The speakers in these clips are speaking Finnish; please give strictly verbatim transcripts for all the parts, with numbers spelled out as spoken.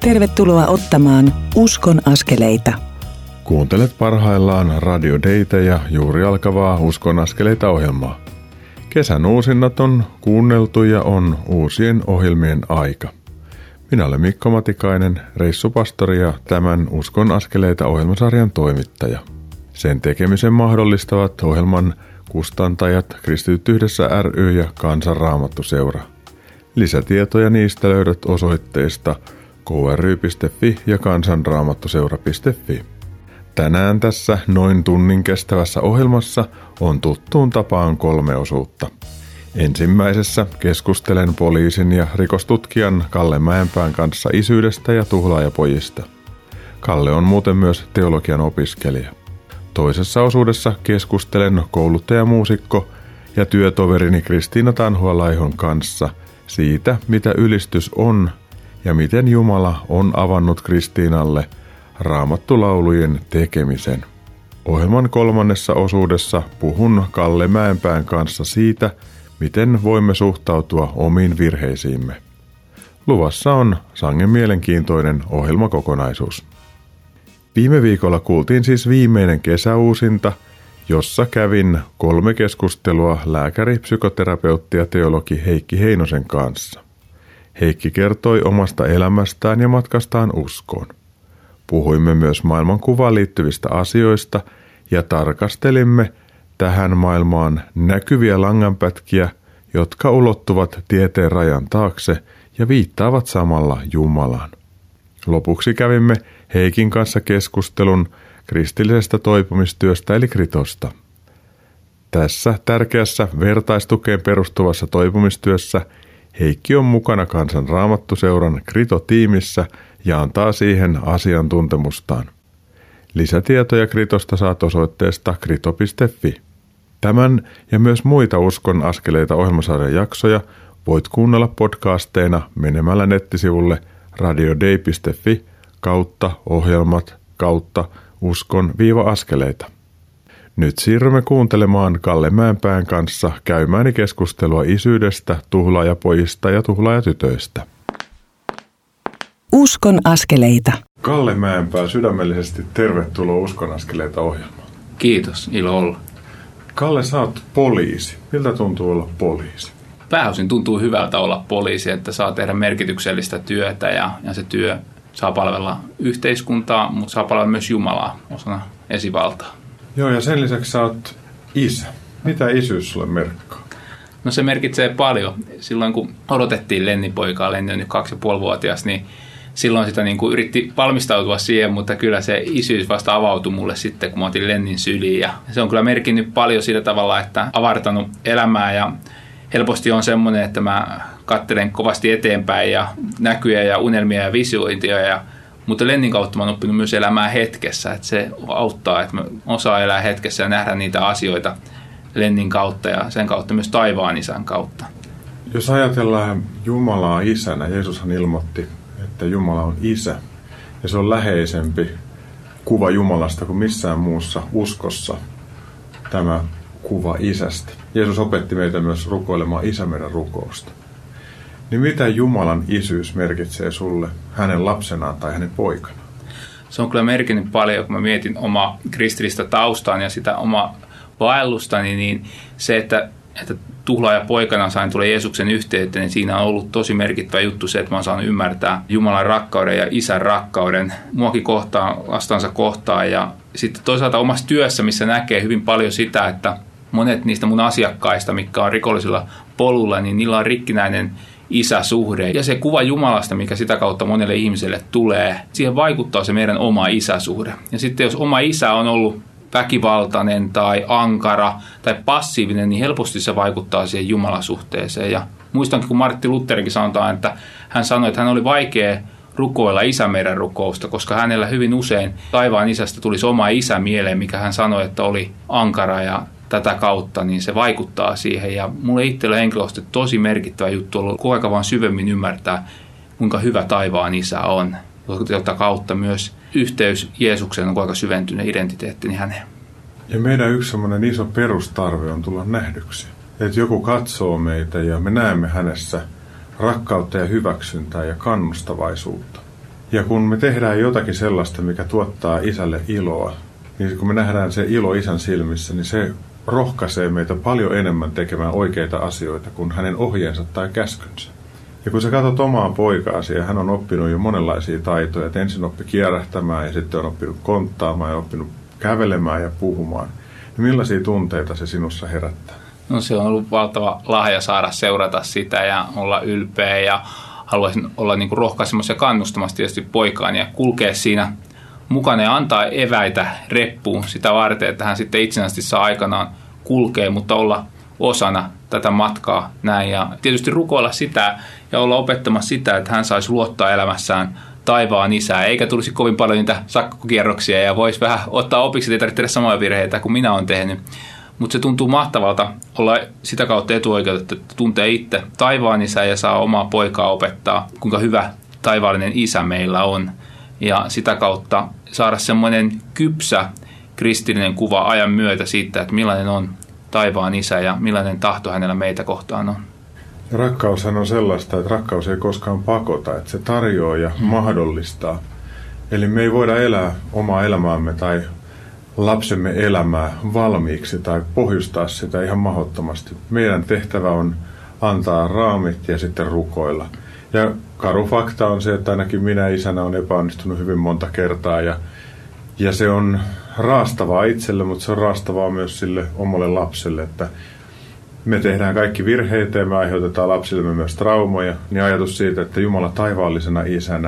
Tervetuloa ottamaan Uskon askeleita. Kuuntelet parhaillaan Radio Daytä ja juuri alkavaa Uskon askeleita -ohjelmaa. Kesän uusinnat on kuunneltu ja on uusien ohjelmien aika. Minä olen Mikko Matikainen, reissupastori ja tämän Uskon askeleita -ohjelmasarjan toimittaja. Sen tekemisen mahdollistavat ohjelman kustantajat Kristityt yhdessä ry ja Kansan Raamattuseura. Lisätietoja niistä löydät osoitteista k r y piste f i ja kansanraamattuseura piste f i. Tänään tässä noin tunnin kestävässä ohjelmassa on tuttuun tapaan kolme osuutta. Ensimmäisessä keskustelen poliisin ja rikostutkijan Kalle Mäenpään kanssa isyydestä ja tuhlaajapojista. Kalle on muuten myös teologian opiskelija. Toisessa osuudessa keskustelen kouluttajamuusikko ja työtoverini Kristiina Tanhua-Laihon kanssa siitä, mitä ylistys on ja miten Jumala on avannut Kristiinalle raamattulaulujen tekemisen. Ohjelman kolmannessa osuudessa puhun Kalle Mäenpään kanssa siitä, miten voimme suhtautua omiin virheisiimme. Luvassa on sangen mielenkiintoinen ohjelmakokonaisuus. Viime viikolla kuultiin siis viimeinen kesäuusinta, jossa kävin kolme keskustelua lääkäri, psykoterapeutti ja teologi Heikki Heinosen kanssa. Heikki kertoi omasta elämästään ja matkastaan uskoon. Puhuimme myös maailmankuvaan liittyvistä asioista ja tarkastelimme tähän maailmaan näkyviä langanpätkiä, jotka ulottuvat tieteen rajan taakse ja viittaavat samalla Jumalaan. Lopuksi kävimme Heikin kanssa keskustelun kristillisestä toipumistyöstä eli kritosta. Tässä tärkeässä vertaistukeen perustuvassa toipumistyössä Heikki on mukana Kansan Raamattuseuran kritotiimissä ja antaa siihen asiantuntemustaan. Lisätietoja kritosta saat osoitteesta krito piste f i. Tämän ja myös muita Uskon askeleita -ohjelmasarjan jaksoja voit kuunnella podcasteina menemällä nettisivulle radioday piste f i kautta ohjelmat kautta uskon-askeleita. Nyt siirrymme kuuntelemaan Kalle Mäenpään kanssa käymääni keskustelua isyydestä, tuhlaajapojista ja tuhlaajatytöistä. Uskon askeleita. Kalle Mäenpää, sydämellisesti tervetuloa Uskon askeleita -ohjelmaan. Kiitos, ilo olla. Kalle, sä oot poliisi. Miltä tuntuu olla poliisi? Pääosin tuntuu hyvältä olla poliisi, että saa tehdä merkityksellistä työtä ja, ja se työ saa palvella yhteiskuntaa, mutta saa palvella myös Jumalaa osana esivaltaa. Joo, ja sen lisäksi sä oot isä. Mitä isyys sulle merkkaa? No se merkitsee paljon. Silloin kun odotettiin Lennin poikaa, Lenni on nyt kaksi ja puoli vuotias, niin silloin sitä niin kuin yritti valmistautua siihen, mutta kyllä se isyys vasta avautui mulle sitten, kun mä otin Lennin syliin. Ja se on kyllä merkinnyt paljon sillä tavalla, että avartanut elämää ja helposti on semmoinen, että mä katselen kovasti eteenpäin ja näkyjä ja unelmia ja visiointia. Ja, mutta Lennin kautta mä oon oppinut myös elämään hetkessä, että se auttaa, että mä osaan elää hetkessä ja nähdä niitä asioita Lennin kautta ja sen kautta myös taivaan isän kautta. Jos ajatellaan Jumalaa isänä, Jeesushan ilmoitti, että Jumala on isä ja se on läheisempi kuva Jumalasta kuin missään muussa uskossa tämä kuva isästä. Jeesus opetti meitä myös rukoilemaan Isä meidän rukousta. Niin mitä Jumalan isyys merkitsee sulle hänen lapsenaan tai hänen poikanaan? Se on kyllä merkinnyt paljon, kun mä mietin omaa kristillistä taustaan ja sitä omaa vaellustani, niin se, että, että tuhlaaja poikana sain tulla Jeesuksen yhteyteen, niin siinä on ollut tosi merkittävä juttu se, että mä oon saanut ymmärtää Jumalan rakkauden ja isän rakkauden muakin kohtaan, lastansa kohtaan. Ja sitten toisaalta omassa työssä, missä näkee hyvin paljon sitä, että monet niistä mun asiakkaista, mitkä on rikollisilla polulla, niin niillä on rikkinäinen isäsuhde. Ja se kuva Jumalasta, mikä sitä kautta monelle ihmiselle tulee, siihen vaikuttaa se meidän oma isäsuhde. Ja sitten jos oma isä on ollut väkivaltainen tai ankara tai passiivinen, niin helposti se vaikuttaa siihen Jumalasuhteeseen. Ja muistankin, kun Martti Lutherikin sanotaan, että hän sanoi, että hän oli vaikea rukoilla Isä meidän rukousta, koska hänellä hyvin usein taivaan isästä tulisi oma isä mieleen, mikä hän sanoi, että oli ankara ja tätä kautta, niin se vaikuttaa siihen. Ja mulle itsellä henkilökohtaisesti tosi merkittävä juttu on ollut koko ajan vaan syvemmin ymmärtää, kuinka hyvä taivaan isä on, jota kautta myös yhteys Jeesukseen on aika syventynyt identiteettini häneen. Ja meidän yksi semmoinen iso perustarve on tulla nähdyksi. Että joku katsoo meitä ja me näemme hänessä rakkautta ja hyväksyntää ja kannustavaisuutta. Ja kun me tehdään jotakin sellaista, mikä tuottaa isälle iloa, niin kun me nähdään se ilo isän silmissä, niin se rohkaisee meitä paljon enemmän tekemään oikeita asioita kuin hänen ohjeensa tai käskynsä. Ja kun sä katsot omaa poikaasi, ja hän on oppinut jo monenlaisia taitoja, että ensin oppi kierähtämään ja sitten on oppinut konttaamaan ja oppinut kävelemään ja puhumaan, niin millaisia tunteita se sinussa herättää? No se on ollut valtava lahja saada seurata sitä ja olla ylpeä ja haluaisin olla niin kuin rohkaisemassa ja kannustamassa tietysti poikaani ja kulkea siinä mukana ja antaa eväitä reppuun sitä varten, että hän sitten itsenäisesti saa aikanaan kulkea, mutta olla osana tätä matkaa näin. Ja tietysti rukoilla sitä ja olla opettamassa sitä, että hän saisi luottaa elämässään taivaan isää, eikä tulisi kovin paljon niitä sakkokierroksia ja voisi vähän ottaa opiksi, että ei tarvitse tehdä samoja virheitä kuin minä olen tehnyt. Mutta se tuntuu mahtavalta olla sitä kautta etuoikeutettu, että tuntee itse taivaan isää ja saa omaa poikaa opettaa, kuinka hyvä taivaallinen isä meillä on. Ja sitä kautta saada semmoinen kypsä kristillinen kuva ajan myötä siitä, että millainen on taivaan isä ja millainen tahto hänellä meitä kohtaan on. Ja rakkaushan on sellaista, että rakkaus ei koskaan pakota, että se tarjoaa ja hmm. mahdollistaa. Eli me ei voida elää omaa elämäämme tai lapsemme elämää valmiiksi tai pohjustaa sitä ihan mahdottomasti. Meidän tehtävä on antaa raamit ja sitten rukoilla. Ja karu fakta on se, että ainakin minä isänä on epäonnistunut hyvin monta kertaa ja, ja se on raastavaa itselle, mutta se on raastavaa myös sille omalle lapselle, että me tehdään kaikki virheitä ja me aiheutetaan lapsillemme myös traumoja, niin ajatus siitä, että Jumala taivaallisena isänä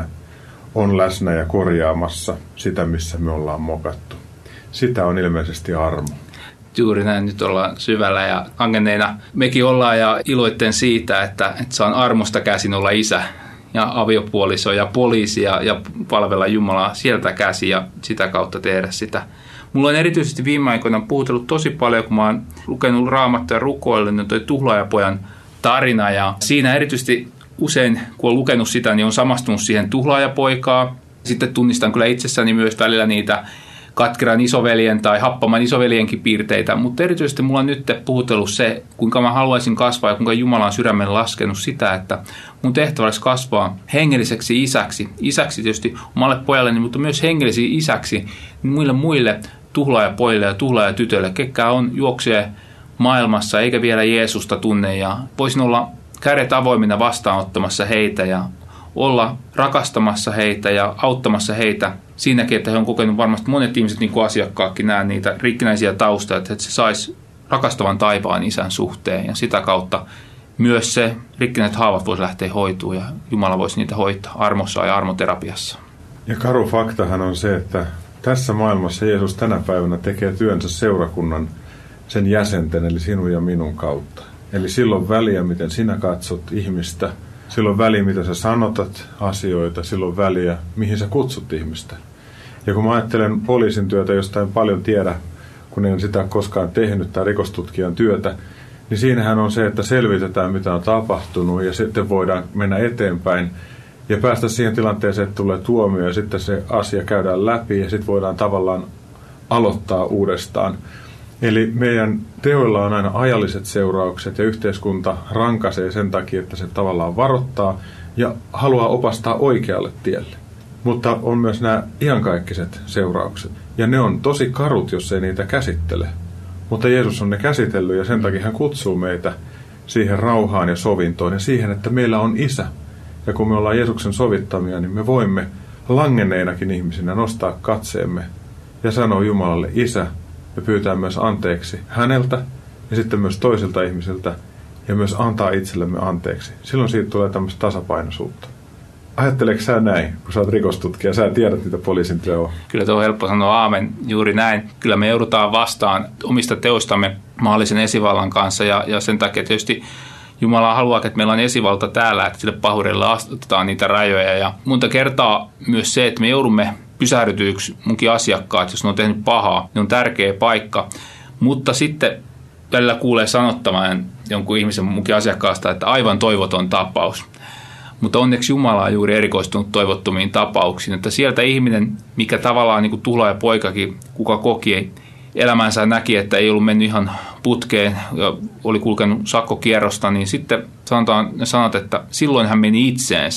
on läsnä ja korjaamassa sitä, missä me ollaan mokattu. Sitä on ilmeisesti armo. Juuri näin, nyt ollaan syvällä ja kangenneina mekin ollaan ja iloitten siitä, että, että saan armosta käsin olla isä ja aviopuoliso ja poliisi ja, ja palvella Jumalaa sieltä käsin ja sitä kautta tehdä sitä. Mulla on erityisesti viime aikoina puhutellut tosi paljon, kun mä oon lukenut Raamattua ja rukoillut, niin toi Tuhlaajapojan tarina ja siinä erityisesti usein, kun on lukenut sitä, niin on samastunut siihen tuhlaajapoikaa. Sitten tunnistan kyllä itsessäni myös välillä niitä katkeran isoveljen tai happaman isoveljenkin piirteitä, mutta erityisesti mulla on nyt puhutellut se, kuinka mä haluaisin kasvaa ja kuinka Jumala on sydämen laskenut sitä, että mun tehtävä olisi kasvaa hengelliseksi isäksi. Isäksi tietysti omalle pojalleni, mutta myös hengelliseksi isäksi muille muille tuhlaajapojille ja tuhlaajatytöille, ketkä on juoksee maailmassa eikä vielä Jeesusta tunne ja voisin olla kädet avoimina vastaanottamassa heitä ja olla rakastamassa heitä ja auttamassa heitä siinäkin, että he on kokenut varmasti monet ihmiset, niin kuin asiakkaakin näen niitä rikkinäisiä taustoja, että se saisi rakastavan taivaan isän suhteen ja sitä kautta myös se rikkinäiset haavat voisi lähteä hoitumaan ja Jumala voisi niitä hoitaa armossa ja armoterapiassa. Ja karu faktahan on se, että tässä maailmassa Jeesus tänä päivänä tekee työnsä seurakunnan sen jäsenten, eli sinun ja minun kautta. Eli silloin väliä, miten sinä katsot ihmistä, silloin väliä, mitä sä sanotat asioita, silloin väliä, mihin sä kutsut ihmistä. Ja kun mä ajattelen poliisin työtä, josta en paljon tiedä, kun en sitä koskaan tehnyt, tai rikostutkijan työtä, niin siinähän on se, että selvitetään, mitä on tapahtunut, ja sitten voidaan mennä eteenpäin ja päästä siihen tilanteeseen, että tulee tuomio, ja sitten se asia käydään läpi, ja sitten voidaan tavallaan aloittaa uudestaan. Eli meidän teoilla on aina ajalliset seuraukset, ja yhteiskunta rankaisee sen takia, että se tavallaan varoittaa ja haluaa opastaa oikealle tielle. Mutta on myös nämä iankaikkiset seuraukset, ja ne on tosi karut, jos ei niitä käsittele. Mutta Jeesus on ne käsitellyt, ja sen takia hän kutsuu meitä siihen rauhaan ja sovintoon, ja siihen, että meillä on isä. Ja kun me ollaan Jeesuksen sovittamia, niin me voimme langenneinakin ihmisinä nostaa katseemme ja sanoa Jumalalle isä, ja pyytää myös anteeksi häneltä ja sitten myös toisilta ihmisiltä ja myös antaa itsellemme anteeksi. Silloin siitä tulee tämmöistä tasapainoisuutta. Ajatteleeko sä näin, kun sä oot rikostutkija, sä tiedät, mitä poliisin työ on? Kyllä tuo on helppo sanoa aamen, juuri näin. Kyllä me joudutaan vastaan omista teostamme maallisen esivallan kanssa ja, ja sen takia tietysti Jumala haluaa, että meillä on esivalta täällä, että sille pahuudelle astutetaan niitä rajoja. Ja monta kertaa myös se, että me joudumme pysähdytyksi munkin asiakkaat, jos ne on tehnyt pahaa, niin on tärkeä paikka. Mutta sitten välillä kuulee sanottavan jonkun ihmisen munkin asiakkaasta, että aivan toivoton tapaus. Mutta onneksi Jumala on juuri erikoistunut toivottomiin tapauksiin, että sieltä ihminen, mikä tavallaan niin kuin tuhlaajapoikakin, kuka koki elämänsä näki, että ei ollut mennyt ihan putkeen ja oli kulkenut sakkokierrosta, niin sitten sanotaan ne sanat, että silloin hän meni itseensä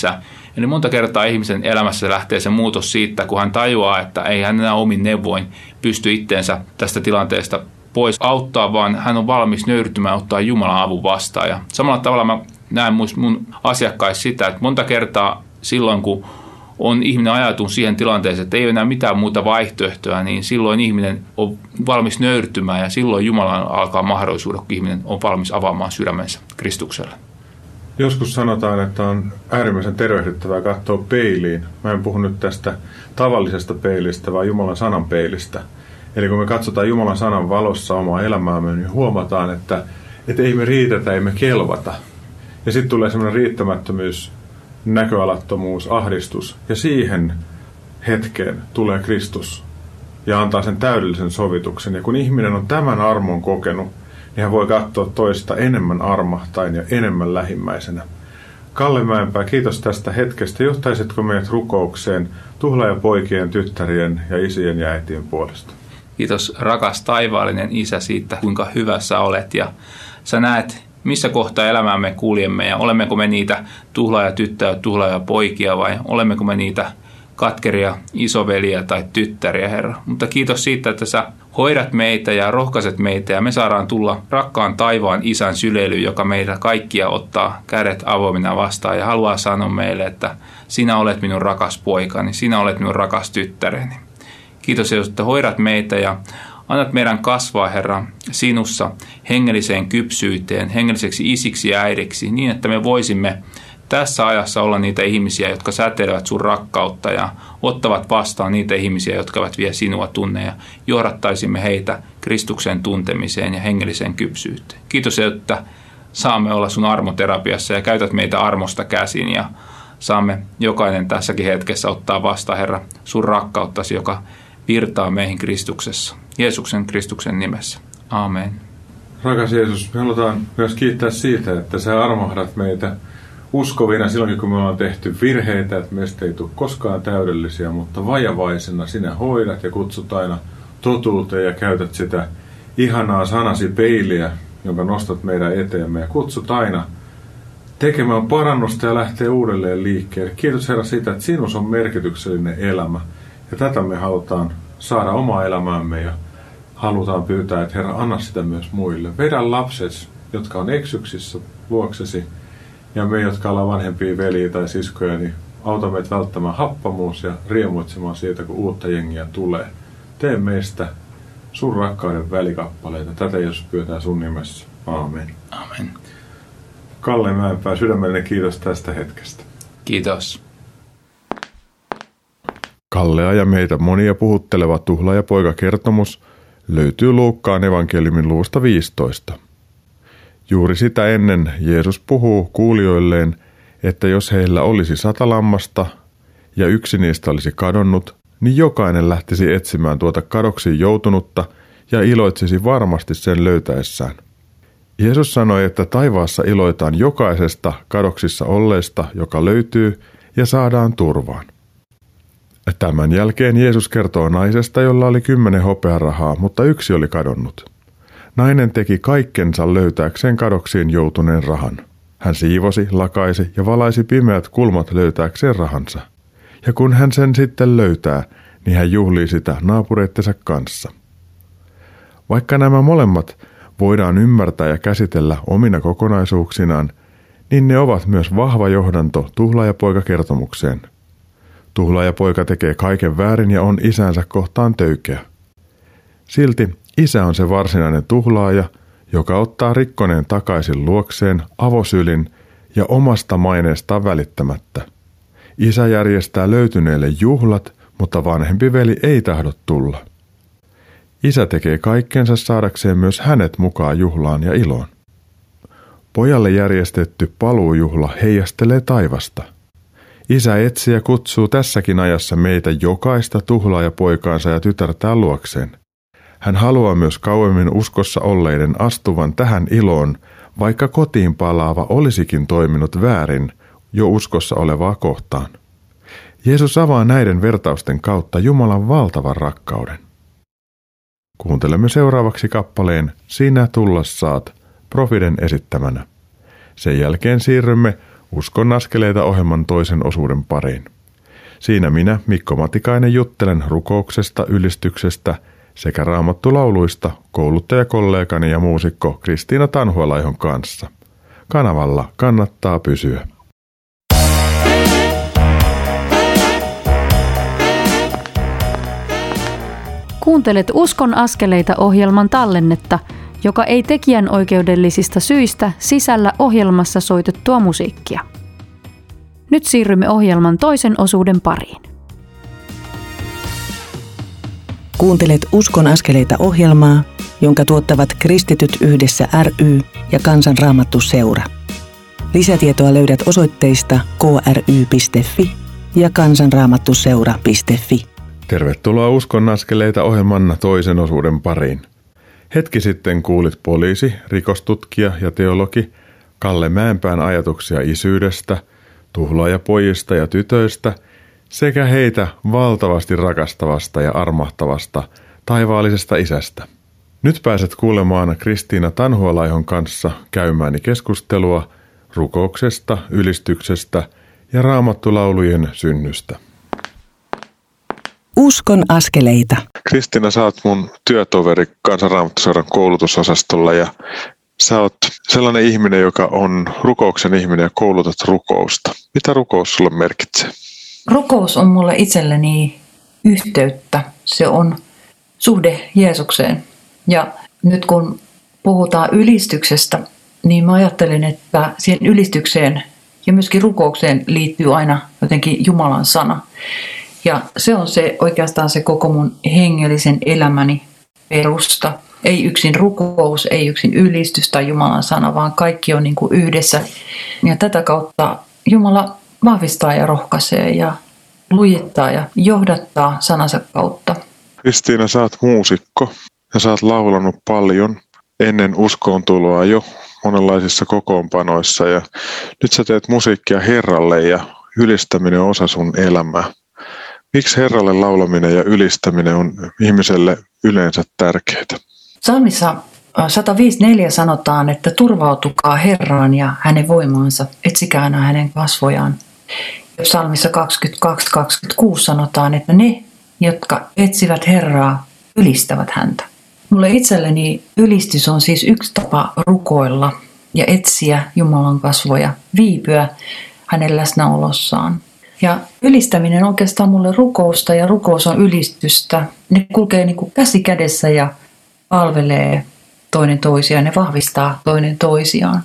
Eli monta kertaa ihmisen elämässä lähtee se muutos siitä, kun hän tajuaa, että ei hän enää omin neuvoin pysty itteensä tästä tilanteesta pois auttaa, vaan hän on valmis nöyrtymään ottaa Jumalan avun vastaan. Ja samalla tavalla mä näen mun asiakkaissa sitä, että monta kertaa silloin, kun on ihminen ajatunut siihen tilanteeseen, että ei ole enää mitään muuta vaihtoehtoa, niin silloin ihminen on valmis nöyrtymään ja silloin Jumalan alkaa mahdollisuudet, kun ihminen on valmis avaamaan sydämensä Kristukselle. Joskus sanotaan, että on äärimmäisen tervehdyttävää katsoa peiliin. Mä en puhu nyt tästä tavallisesta peilistä, vaan Jumalan sanan peilistä. Eli kun me katsotaan Jumalan sanan valossa omaa elämäämme, niin huomataan, että, että ei me riitetä, ei me kelvata. Ja sitten tulee semmoinen riittämättömyys, näköalattomuus, ahdistus. Ja siihen hetkeen tulee Kristus ja antaa sen täydellisen sovituksen. Ja kun ihminen on tämän armon kokenut, niin hän voi katsoa toista enemmän armahtain ja enemmän lähimmäisenä. Kalle Mäenpää, kiitos tästä hetkestä. Johtaisitko meidät rukoukseen tuhlaajapoikien, tyttärien ja isien ja äitien puolesta? Kiitos rakas taivaallinen Isä siitä, kuinka hyvä sä olet ja sä näet, missä kohtaa elämäämme kuljemme ja olemmeko me niitä tuhlaajatyttöjä, tuhlaajapoikia vai olemmeko me niitä katkeria isoveliä tai tyttäriä, Herra. Mutta kiitos siitä, että sä hoidat meitä ja rohkaiset meitä ja me saadaan tulla rakkaan taivaan Isän syleilyyn, joka meitä kaikkia ottaa kädet avoimina vastaan ja haluaa sanoa meille, että sinä olet minun rakas poikani, sinä olet minun rakas tyttäreni. Kiitos, että hoidat meitä ja annat meidän kasvaa, Herra, sinussa hengelliseen kypsyyteen, hengelliseksi isiksi ja äidiksi, niin että me voisimme tässä ajassa olla niitä ihmisiä, jotka säteilevät sun rakkautta ja ottavat vastaan niitä ihmisiä, jotka ovat vie sinua tunne ja johdattaisimme heitä Kristuksen tuntemiseen ja hengelliseen kypsyyteen. Kiitos, että saamme olla sun armoterapiassa ja käytät meitä armosta käsin ja saamme jokainen tässäkin hetkessä ottaa vastaan, Herra, sun rakkauttasi, joka virtaa meihin Kristuksessa. Jeesuksen Kristuksen nimessä. Aamen. Rakas Jeesus, me halutaan myös kiittää siitä, että sä armahdat meitä uskovina silloin, kun me ollaan tehty virheitä, että meistä ei tule koskaan täydellisiä, mutta vajavaisena sinä hoidat ja kutsut aina totuuteen ja käytät sitä ihanaa sanasi peiliä, jonka nostat meidän eteemme ja kutsut aina tekemään parannusta ja lähtee uudelleen liikkeelle. Kiitos Herra siitä, että sinus on merkityksellinen elämä ja tätä me halutaan saada omaa elämäämme ja halutaan pyytää, että Herra, anna sitä myös muille. Vedä lapset, jotka on eksyksissä luoksesi ja me, jotka ollaan vanhempia veljiä tai siskoja, niin auta meitä välttämään happamuus ja riemuitsemaan siitä, kun uutta jengiä tulee. Tee meistä sun rakkauden välikappaleita. Tätä Jeesus pyytää sun nimessä. Aamen. Aamen. Kalle Mäenpää, sydämellinen kiitos tästä hetkestä. Kiitos. Kallea ja meitä monia puhutteleva tuhlaajapoika-kertomus löytyy Luukkaan evankeliumin luvusta viisitoista. Juuri sitä ennen Jeesus puhuu kuulijoilleen, että jos heillä olisi sata lammasta ja yksi niistä olisi kadonnut, niin jokainen lähtisi etsimään tuota kadoksiin joutunutta ja iloitsisi varmasti sen löytäessään. Jeesus sanoi, että taivaassa iloitaan jokaisesta kadoksissa olleesta, joka löytyy ja saadaan turvaan. Tämän jälkeen Jeesus kertoo naisesta, jolla oli kymmenen hopearahaa, mutta yksi oli kadonnut. Nainen teki kaikkensa löytääkseen kadoksiin joutuneen rahan. Hän siivosi, lakaisi ja valaisi pimeät kulmat löytääkseen rahansa. Ja kun hän sen sitten löytää, niin hän juhlii sitä naapureittensa kanssa. Vaikka nämä molemmat voidaan ymmärtää ja käsitellä omina kokonaisuuksinaan, niin ne ovat myös vahva johdanto tuhlaajapoika-kertomukseen. Tuhlaajapoika tekee kaiken väärin ja on isänsä kohtaan töykeä. Silti isä on se varsinainen tuhlaaja, joka ottaa rikkoneen takaisin luokseen avosylin ja omasta maineestaan välittämättä. Isä järjestää löytyneelle juhlat, mutta vanhempi veli ei tahdo tulla. Isä tekee kaikkensa saadakseen myös hänet mukaan juhlaan ja iloon. Pojalle järjestetty paluujuhla heijastelee taivasta. Isä etsii ja kutsuu tässäkin ajassa meitä jokaista tuhlaajapoikaansa ja tytärtään luokseen. Hän haluaa myös kauemmin uskossa olleiden astuvan tähän iloon, vaikka kotiin palaava olisikin toiminut väärin jo uskossa olevaa kohtaan. Jeesus avaa näiden vertausten kautta Jumalan valtavan rakkauden. Kuuntelemme seuraavaksi kappaleen Sinä tulla saat, Profiden esittämänä. Sen jälkeen siirrymme Uskon askeleita -ohjelman toisen osuuden pariin. Siinä minä, Mikko Matikainen, juttelen rukouksesta, ylistyksestä sekä raamattulauluista kouluttajakollegani ja muusikko Kristiina Tanhualaihon kanssa. Kanavalla kannattaa pysyä. Kuuntelet Uskon askeleita -ohjelman tallennetta, joka ei tekijän oikeudellisista syistä sisällä ohjelmassa soitettua musiikkia. Nyt siirrymme ohjelman toisen osuuden pariin. Kuuntelet Uskon askeleita -ohjelmaa, jonka tuottavat Kristityt yhdessä ry ja Kansanraamattu Seura. Lisätietoa löydät osoitteista k r y piste f i ja kansanraamattuseura piste f i. Tervetuloa Uskon askeleita -ohjelman toisen osuuden pariin. Hetki sitten kuulit poliisi, rikostutkija ja teologi Kalle Mäenpään ajatuksia isyydestä, tuhlaajapojista ja tytöistä sekä heitä valtavasti rakastavasta ja armahtavasta taivaallisesta isästä. Nyt pääset kuulemaan Kristiina Tanhualaihon kanssa käymääni keskustelua rukouksesta, ylistyksestä ja raamattulaulujen synnystä. Uskon askeleita. Kristiina, sä oot mun työtoveri Kansanraamattuseuran koulutusosastolla ja sä oot sellainen ihminen, joka on rukouksen ihminen ja koulutat rukousta. Mitä rukous sulle merkitsee? Rukous on mulle itselleni yhteyttä. Se on suhde Jeesukseen. Ja nyt kun puhutaan ylistyksestä, niin mä ajattelen, että siihen ylistykseen ja myöskin rukoukseen liittyy aina jotenkin Jumalan sana. Ja se on se oikeastaan se koko mun hengellisen elämäni perusta. Ei yksin rukous, ei yksin ylistys tai Jumalan sana, vaan kaikki on niin kuin yhdessä. Ja tätä kautta Jumala vahvistaa ja rohkaisee ja lujittaa ja johdattaa sanansa kautta. Kristiina, sä oot muusikko ja sä oot laulanut paljon ennen uskoon tuloa jo monenlaisissa kokoonpanoissa. Ja nyt sä teet musiikkia Herralle ja ylistäminen on osa sun elämää. Miksi Herralle laulaminen ja ylistäminen on ihmiselle yleensä tärkeää? Psalmissa sata viisi neljä sanotaan, että turvautukaa Herraan ja hänen voimaansa, etsikää aina hänen kasvojaan. Ja psalmissa kaksikymmentäkaksi kaksikymmentäkuusi sanotaan, että ne, jotka etsivät Herraa, ylistävät häntä. Mulle itselleni ylistys on siis yksi tapa rukoilla ja etsiä Jumalan kasvoja, viipyä hänen läsnäolossaan. Ja ylistäminen on oikeastaan mulle rukousta ja rukous on ylistystä. Ne kulkee niin kuin käsi kädessä ja palvelee toinen toisiaan, ne vahvistaa toinen toisiaan.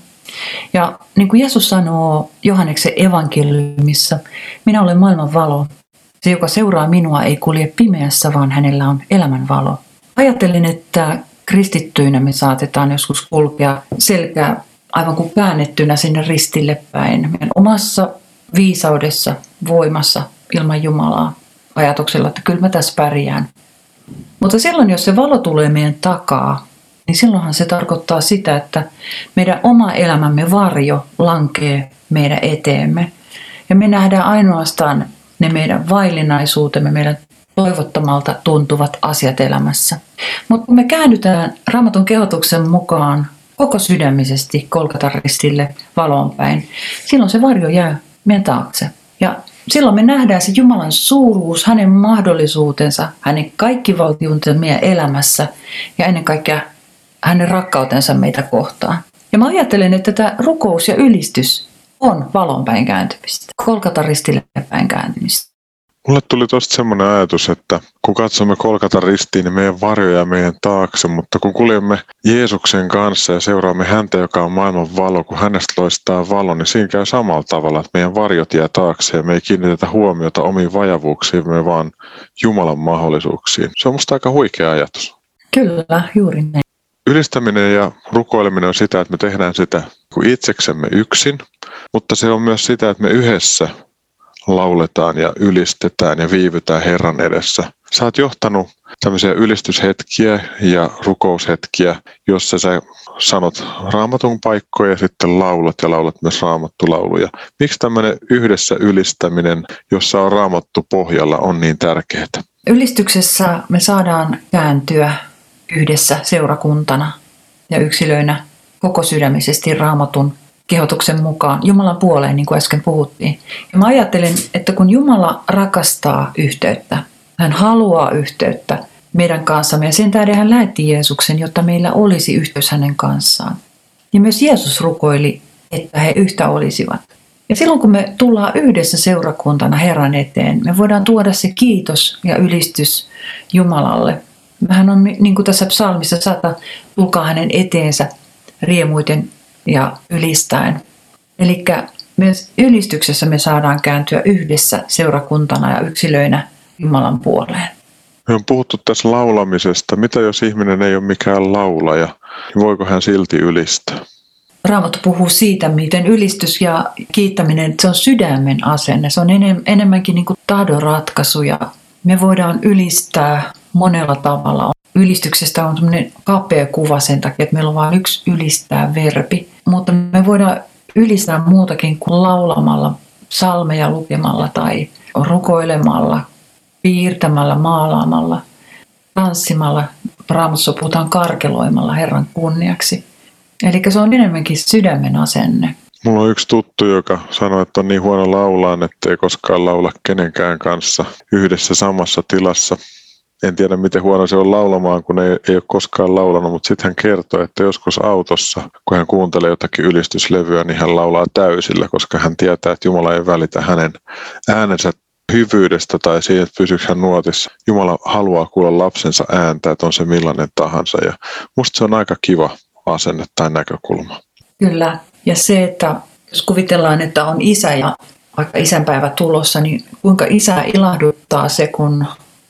Ja niin kuin Jeesus sanoo Johanneksen evankeliumissa, minä olen maailman valo. Se, joka seuraa minua, ei kulje pimeässä, vaan hänellä on elämän valo. Ajattelin, että kristittyinä me saatetaan joskus kulkea selkää aivan kuin käännettynä sinne ristille päin. Meidän omassa viisaudessa, voimassa, ilman Jumalaa, ajatuksella, että kyllä mä tässä pärjään. Mutta silloin, jos se valo tulee meidän takaa, niin silloinhan se tarkoittaa sitä, että meidän oma elämämme varjo lankee meidän eteemme. Ja me nähdään ainoastaan ne meidän vaillinaisuutemme, meidän toivottomalta tuntuvat asiat elämässä. Mutta kun me käännytään Raamatun kehotuksen mukaan koko sydämisesti Golgatan ristille valoon päin, silloin se varjo jää meidän taakse. Ja silloin me nähdään se Jumalan suuruus, hänen mahdollisuutensa, hänen kaikkivaltiutensa meidän elämässä ja ennen kaikkea hänen rakkautensa meitä kohtaan. Ja mä ajattelen, että tämä rukous ja ylistys on valonpäin kääntymistä, Golgatan ristille päin kääntymistä. Mulle tuli tuosta semmoinen ajatus, että kun katsomme Golgatan ristiin, niin meidän varjo jää meidän taakse, mutta kun kuljemme Jeesuksen kanssa ja seuraamme häntä, joka on maailman valo, kun hänestä loistaa valo, niin siinä käy samalla tavalla, että meidän varjot jää taakse ja me ei kiinnitetä huomiota omiin vajavuuksiimme, vaan Jumalan mahdollisuuksiin. Se on musta aika huikea ajatus. Kyllä, juuri näin. Ylistäminen ja rukoileminen on sitä, että me tehdään sitä kuin itseksemme yksin, mutta se on myös sitä, että me yhdessä lauletaan ja ylistetään ja viivytään Herran edessä. Sä oot johtanut tämmöisiä ylistyshetkiä ja rukoushetkiä, jossa sä sanot raamatun paikkoja ja sitten laulat ja laulat myös raamattulauluja. Miksi tämmöinen yhdessä ylistäminen, jossa on raamattu pohjalla, on niin tärkeää? Ylistyksessä me saadaan kääntyä yhdessä seurakuntana ja yksilöinä koko sydämisesti Raamatun kehotuksen mukaan Jumalan puoleen, niin kuin äsken puhuttiin. Ja mä ajattelen, että kun Jumala rakastaa yhteyttä, hän haluaa yhteyttä meidän kanssamme ja sen tähden hän lähetti Jeesuksen, jotta meillä olisi yhteys hänen kanssaan. Ja myös Jeesus rukoili, että he yhtä olisivat. Ja silloin kun me tullaan yhdessä seurakuntana Herran eteen, me voidaan tuoda se kiitos ja ylistys Jumalalle. Hän on niin kuin tässä psalmissa sata, tulkaa hänen eteensä riemuiten ja ylistäen. Eli myös ylistyksessä me saadaan kääntyä yhdessä seurakuntana ja yksilöinä Jumalan puoleen. Me on puhuttu tässä laulamisesta. Mitä jos ihminen ei ole mikään laulaja, niin voiko hän silti ylistää? Raamattu puhuu siitä, miten ylistys ja kiittäminen, se on sydämen asenne. Se on enemmänkin niin kuin tahdon ratkaisu ja me voidaan ylistää monella tavalla. Ylistyksestä on semmoinen kapea kuva sen takia, että meillä on vain yksi ylistää verbi. Mutta me voidaan ylistää muutakin kuin laulamalla, psalmeja lukemalla tai rukoilemalla, piirtämällä, maalaamalla, tanssimalla. Raamatussa puhutaan karkeloimalla Herran kunniaksi. Eli se on enemmänkin sydämen asenne. Mulla on yksi tuttu, joka sanoi, että on niin huono laulaan, että ei koskaan laula kenenkään kanssa yhdessä samassa tilassa. En tiedä, miten huono se on laulamaan, kun ei, ei ole koskaan laulanut, mutta sitten hän kertoi, että joskus autossa, kun hän kuuntelee jotakin ylistyslevyä, niin hän laulaa täysillä, koska hän tietää, että Jumala ei välitä hänen äänensä hyvyydestä tai siitä, että pysyykö hän nuotissa. Jumala haluaa kuulla lapsensa ääntä, että on se millainen tahansa. Ja musta se on aika kiva asenne tai näkökulma. Kyllä. Ja se, että jos kuvitellaan, että on isä ja vaikka isänpäivä tulossa, niin kuinka isä ilahduttaa se, kun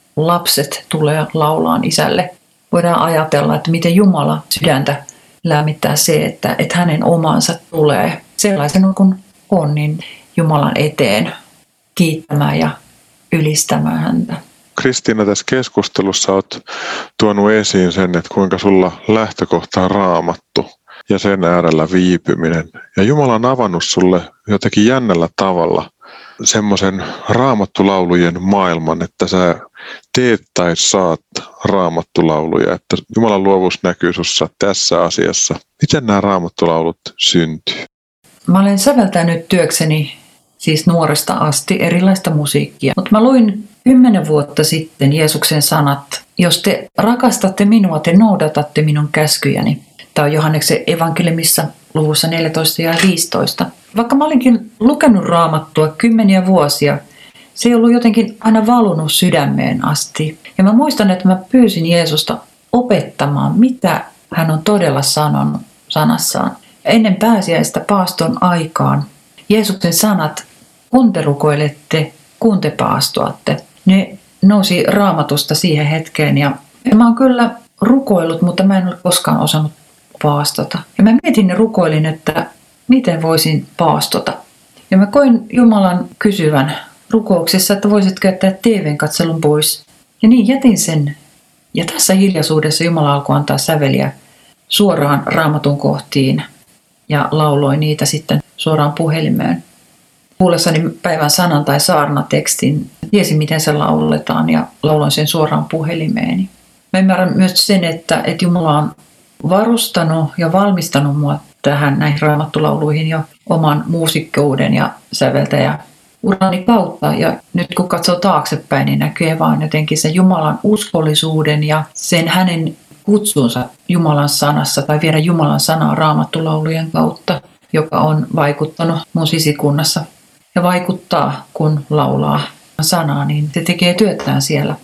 lapset tulee laulaan isälle. Voidaan ajatella, että miten Jumala sydäntä lämmittää se, että, että hänen omansa tulee sellaisena kuin on, niin Jumalan eteen kiittämään ja ylistämään häntä. Kristiina, tässä keskustelussa olet tuonut esiin sen, että kuinka sulla lähtökohta on Raamattu ja sen äärellä viipyminen. Ja Jumala on avannut sulle jotenkin jännällä tavalla semmoisen raamattulaulujen maailman, että sä teet tai saat raamattulauluja, että Jumalan luovuus näkyy sussa tässä asiassa. Miten nämä raamattulaulut syntyy? Mä olen säveltänyt työkseni siis nuoresta asti erilaista musiikkia, mutta mä luin kymmenen vuotta sitten Jeesuksen sanat, jos te rakastatte minua, te noudatatte minun käskyjäni. Tämä on Johanneksen evankeliumissa luvussa neljätoista ja viisitoista. Vaikka mä olinkin lukenut Raamattua kymmeniä vuosia, se ei ollut jotenkin aina valunut sydämeen asti. Ja mä muistan, että mä pyysin Jeesusta opettamaan, mitä hän on todella sanonut sanassaan. Ja ennen pääsiäistä paaston aikaan Jeesuksen sanat, kun te rukoilette, kun te paastoatte, ne nousi Raamatusta siihen hetkeen. Ja mä oon kyllä rukoillut, mutta mä en ole koskaan osannut paastota. Ja mä mietin ja rukoilin, että miten voisin paastota. Ja mä koin Jumalan kysyvän rukouksessa, että voisit käyttää T V-katselun pois. Ja niin jätin sen. Ja tässä hiljaisuudessa Jumala alkoi antaa säveliä suoraan Raamatun kohtiin ja lauloi niitä sitten suoraan puhelimeen. Kuullessani päivän sanan tai saarnatekstin tiesin, miten se lauletaan ja lauloin sen suoraan puhelimeeni. Mä ymmärrän myös sen, että, että Jumala on varustanut ja valmistanut mua tähän näihin raamattulauluihin jo oman muusikkouden ja säveltäjäurani kautta. Ja nyt kun katsoo taaksepäin, niin näkyy vaan jotenkin sen Jumalan uskollisuuden ja sen hänen kutsunsa Jumalan sanassa tai viedä Jumalan sanaa raamattulaulujen kautta, joka on vaikuttanut mun sisikunnassa. Ja vaikuttaa, kun laulaa sanaa, niin se tekee työtään siellä.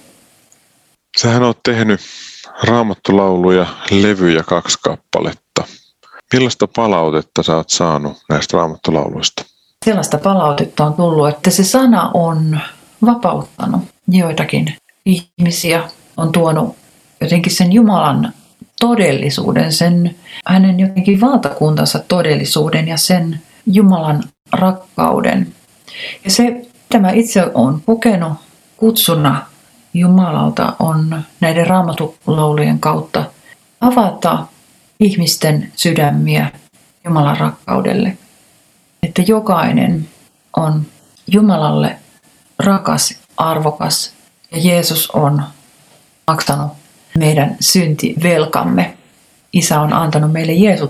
Sähän oot tehnyt raamattulauluja, levyjä kaksi kappaletta. Millaista palautetta sä oot saanut näistä raamattulauluista? Sellaista palautetta on tullut, että se sana on vapauttanut joitakin ihmisiä. On tuonut jotenkin sen Jumalan todellisuuden, sen hänen jotenkin valtakuntansa todellisuuden ja sen Jumalan rakkauden. Ja se, mitä mä itse olen kokenut kutsuna Jumalalta, on näiden raamatulaulujen kautta avata ihmisten sydämiä Jumalan rakkaudelle. Että jokainen on Jumalalle rakas, arvokas ja Jeesus on maksanut meidän syntivelkamme. Isä on antanut meille Jeesuksen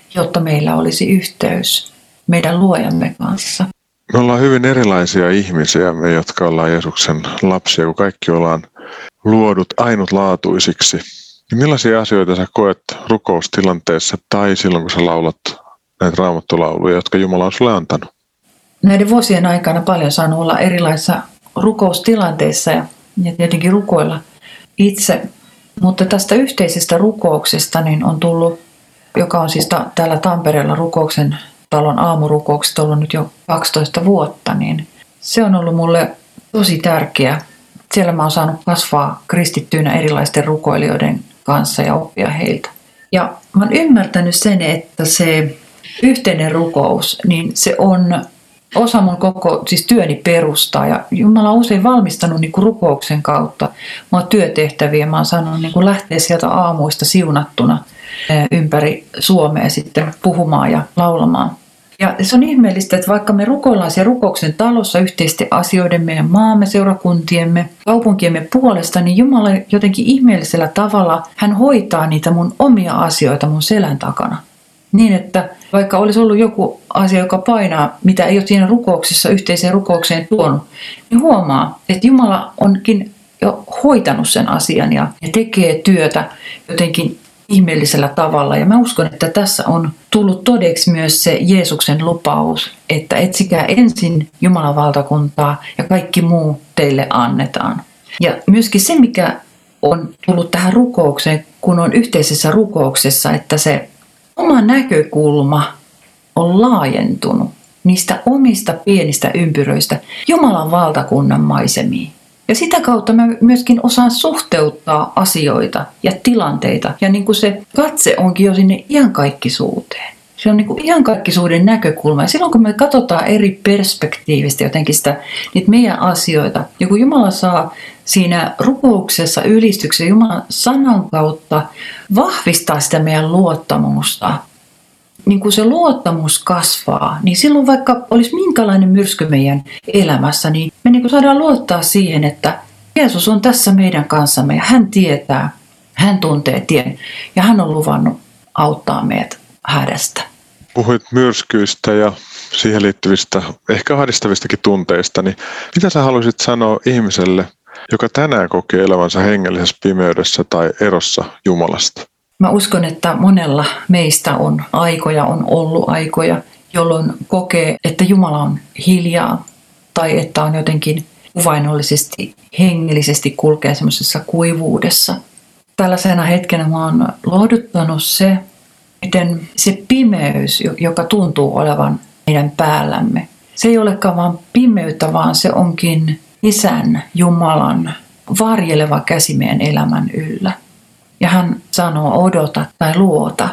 jotta meillä olisi yhteys meidän luojamme kanssa. Me ollaan hyvin erilaisia ihmisiä, me jotka ollaan Jeesuksen lapsia, kun kaikki ollaan luodut ainutlaatuisiksi. Niin millaisia asioita sä koet rukoustilanteessa tai silloin, kun sä laulat näitä raamattulauluja, jotka Jumala on sulle antanut? Näiden vuosien aikana paljon saanut olla erilaisissa rukoustilanteissa ja, ja tietenkin rukoilla itse. Mutta tästä yhteisestä rukouksesta niin on tullut, joka on siis ta- täällä Tampereella rukouksen talon aamurukoukset ollut nyt jo kaksitoista vuotta, niin se on ollut mulle tosi tärkeä. Siellä mä oon saanut kasvaa kristittyynä erilaisten rukoilijoiden kanssa ja oppia heiltä. Ja mä oon ymmärtänyt sen, että se yhteinen rukous, niin se on osa mun koko siis työni perustaa. Ja Jumala on usein valmistanut niin kuin rukouksen kautta mua työtehtäviä. Mä oon saanut niin kuin lähteä sieltä aamuista siunattuna ympäri Suomea sitten puhumaan ja laulamaan. Ja se on ihmeellistä, että vaikka me rukoillaan siellä rukouksen talossa yhteisesti asioiden meidän maamme, seurakuntiemme, kaupunkiemme puolesta, niin Jumala jotenkin ihmeellisellä tavalla, hän hoitaa niitä mun omia asioita mun selän takana. Niin, että vaikka olisi ollut joku asia, joka painaa, mitä ei ole siinä rukouksessa yhteiseen rukoukseen tuonut, niin huomaa, että Jumala onkin jo hoitanut sen asian ja tekee työtä jotenkin ihmeellisellä tavalla. Ja mä uskon, että tässä on tullut todeksi myös se Jeesuksen lupaus, että etsikää ensin Jumalan valtakuntaa ja kaikki muu teille annetaan. Ja myöskin se, mikä on tullut tähän rukoukseen, kun on yhteisessä rukouksessa, että se oma näkökulma on laajentunut niistä omista pienistä ympyröistä Jumalan valtakunnan maisemiin. Ja sitä kautta mä myöskin osaan suhteuttaa asioita ja tilanteita. Ja niin kuin se katse onkin jo sinne iankaikkisuuteen. Se on niin kuin iankaikkisuuden näkökulma. Ja silloin kun me katsotaan eri perspektiivistä jotenkin sitä, niitä meidän asioita. Ja kun Jumala saa siinä rukouksessa, ylistyksessä, Jumalan sanan kautta vahvistaa sitä meidän luottamusta. Niin kun se luottamus kasvaa, niin silloin vaikka olisi minkälainen myrsky meidän elämässä, niin me niin saadaan luottaa siihen, että Jeesus on tässä meidän kanssamme ja hän tietää, hän tuntee tien ja hän on luvannut auttaa meidät hädästä. Puhuit myrskyistä ja siihen liittyvistä, ehkä ahdistavistakin tunteista, niin mitä sä haluaisit sanoa ihmiselle, joka tänään kokee elämänsä hengellisessä pimeydessä tai erossa Jumalasta? Mä uskon, että monella meistä on aikoja, on ollut aikoja, jolloin kokee, että Jumala on hiljaa tai että on jotenkin kuvainnollisesti, hengellisesti kulkee semmoisessa kuivuudessa. Tällaisena hetkenä mä oon lohduttanut se, miten se pimeys, joka tuntuu olevan meidän päällämme, se ei olekaan vaan pimeyttä, vaan se onkin Isän, Jumalan varjeleva käsi meidän elämän yllä. Ja hän sanoo odota tai luota.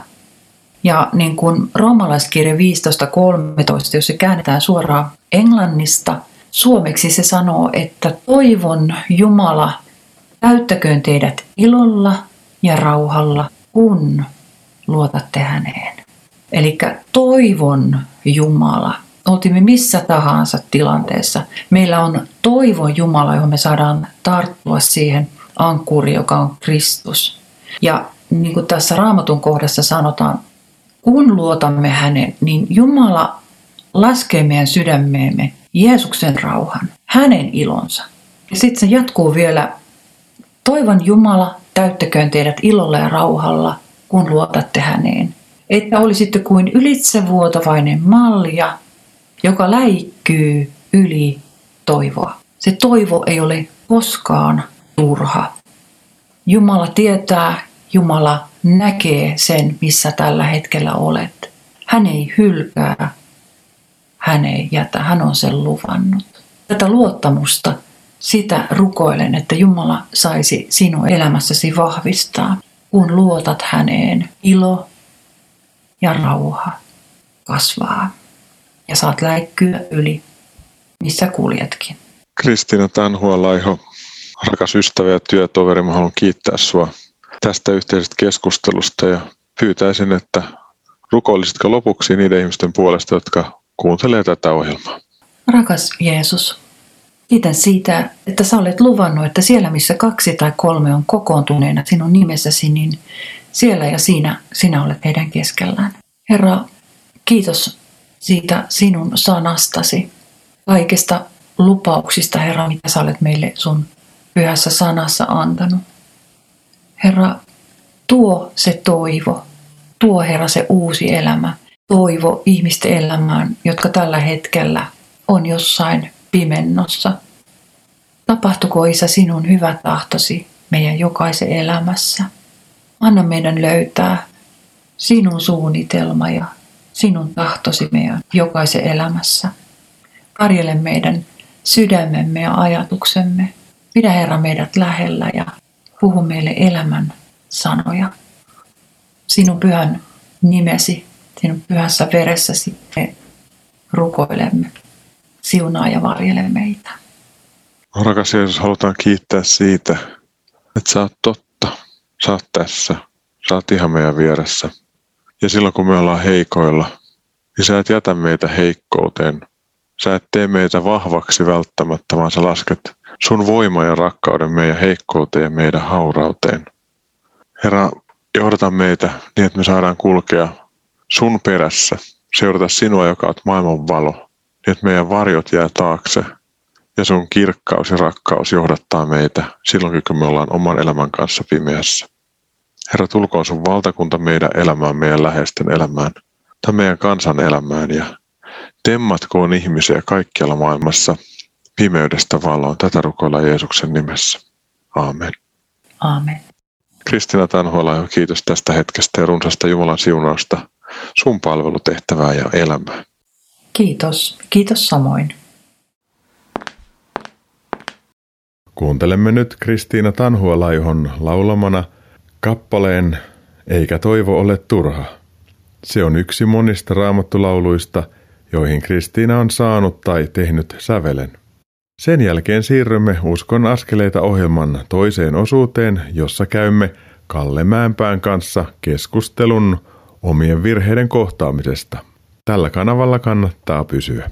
Ja niin kuin roomalaiskirja viisitoista kolmetoista, jos se käännetään suoraan englannista, suomeksi se sanoo, että toivon Jumala täyttäköön teidät ilolla ja rauhalla, kun luotatte häneen. Eli toivon Jumala. Oltimme missä tahansa tilanteessa. Meillä on toivon Jumala, johon me saadaan tarttua siihen ankkuriin, joka on Kristus. Ja niin kuin tässä Raamatun kohdassa sanotaan, kun luotamme hänen, niin Jumala laskee meidän sydämeemme Jeesuksen rauhan, hänen ilonsa. Ja sitten se jatkuu vielä, toivon Jumala täyttäköön teidät ilolla ja rauhalla, kun luotatte häneen. Että olisitte kuin ylitsevuotavainen malja, joka läikkyy yli toivoa. Se toivo ei ole koskaan turha. Jumala tietää, Jumala näkee sen, missä tällä hetkellä olet. Hän ei hylkää, hän ei jätä, hän on sen luvannut. Tätä luottamusta, sitä rukoilen, että Jumala saisi sinun elämässäsi vahvistaa, kun luotat häneen. Ilo ja rauha kasvaa ja saat läikkyä yli, missä kuljetkin. Kristiina Tanhua-Laiho, rakas ystävä ja työtoveri, mä haluan kiittää sua tästä yhteisestä keskustelusta ja pyytäisin, että rukoilisitko lopuksi niiden ihmisten puolesta, jotka kuuntelee tätä ohjelmaa. Rakas Jeesus, kiitän siitä, että sä olet luvannut, että siellä missä kaksi tai kolme on kokoontuneena sinun nimessäsi, niin siellä ja siinä sinä olet heidän keskellään. Herra, kiitos siitä sinun sanastasi, kaikista lupauksista, Herra, mitä sä olet meille sun pyhässä sanassa antanut. Herra, tuo se toivo, tuo Herra se uusi elämä, toivo ihmisten elämään, jotka tällä hetkellä on jossain pimennossa. Tapahtuko, Isä, sinun hyvä tahtosi meidän jokaisen elämässä. Anna meidän löytää sinun suunnitelma ja sinun tahtosi meidän jokaisen elämässä. Karjele meidän sydämemme ja ajatuksemme. Pidä, Herra, meidät lähellä ja puhu meille elämän sanoja. Sinun pyhän nimesi, sinun pyhässä veressäsi me rukoilemme. Siunaa ja varjele meitä. Rakas Jeesus, halutaan kiittää siitä, että sä oot totta. Sä oot tässä. Sä oot ihan meidän vieressä. Ja silloin kun me ollaan heikoilla, niin sä et jätä meitä heikkouteen. Sä et tee meitä vahvaksi välttämättä, vaan sä lasket sun voima ja rakkauden meidän heikkouteen ja meidän haurauteen. Herra, johdata meitä niin, että me saadaan kulkea sun perässä. Seurata sinua, joka oot maailman valo, niin että meidän varjot jää taakse. Ja sun kirkkaus ja rakkaus johdattaa meitä silloin, kun me ollaan oman elämän kanssa pimeässä. Herra, tulkoon sun valtakunta meidän elämään, meidän läheisten elämään, tai meidän kansan elämään, ja temmatkoon ihmisiä kaikkialla maailmassa pimeydestä valoon. Tätä rukoillaan Jeesuksen nimessä. Aamen. Aamen. Kristiina Tanhuala, kiitos tästä hetkestä ja runsasta Jumalan siunausta sun palvelutehtävää ja elämää. Kiitos. Kiitos samoin. Kuuntelemme nyt Kristiina Tanhualaihon laulamana kappaleen Eikä toivo ole turha. Se on yksi monista raamattulauluista, joihin Kristiina on saanut tai tehnyt sävelen. Sen jälkeen siirrymme Uskon askeleita -ohjelman toiseen osuuteen, jossa käymme Kalle Mäenpään kanssa keskustelun omien virheiden kohtaamisesta. Tällä kanavalla kannattaa pysyä.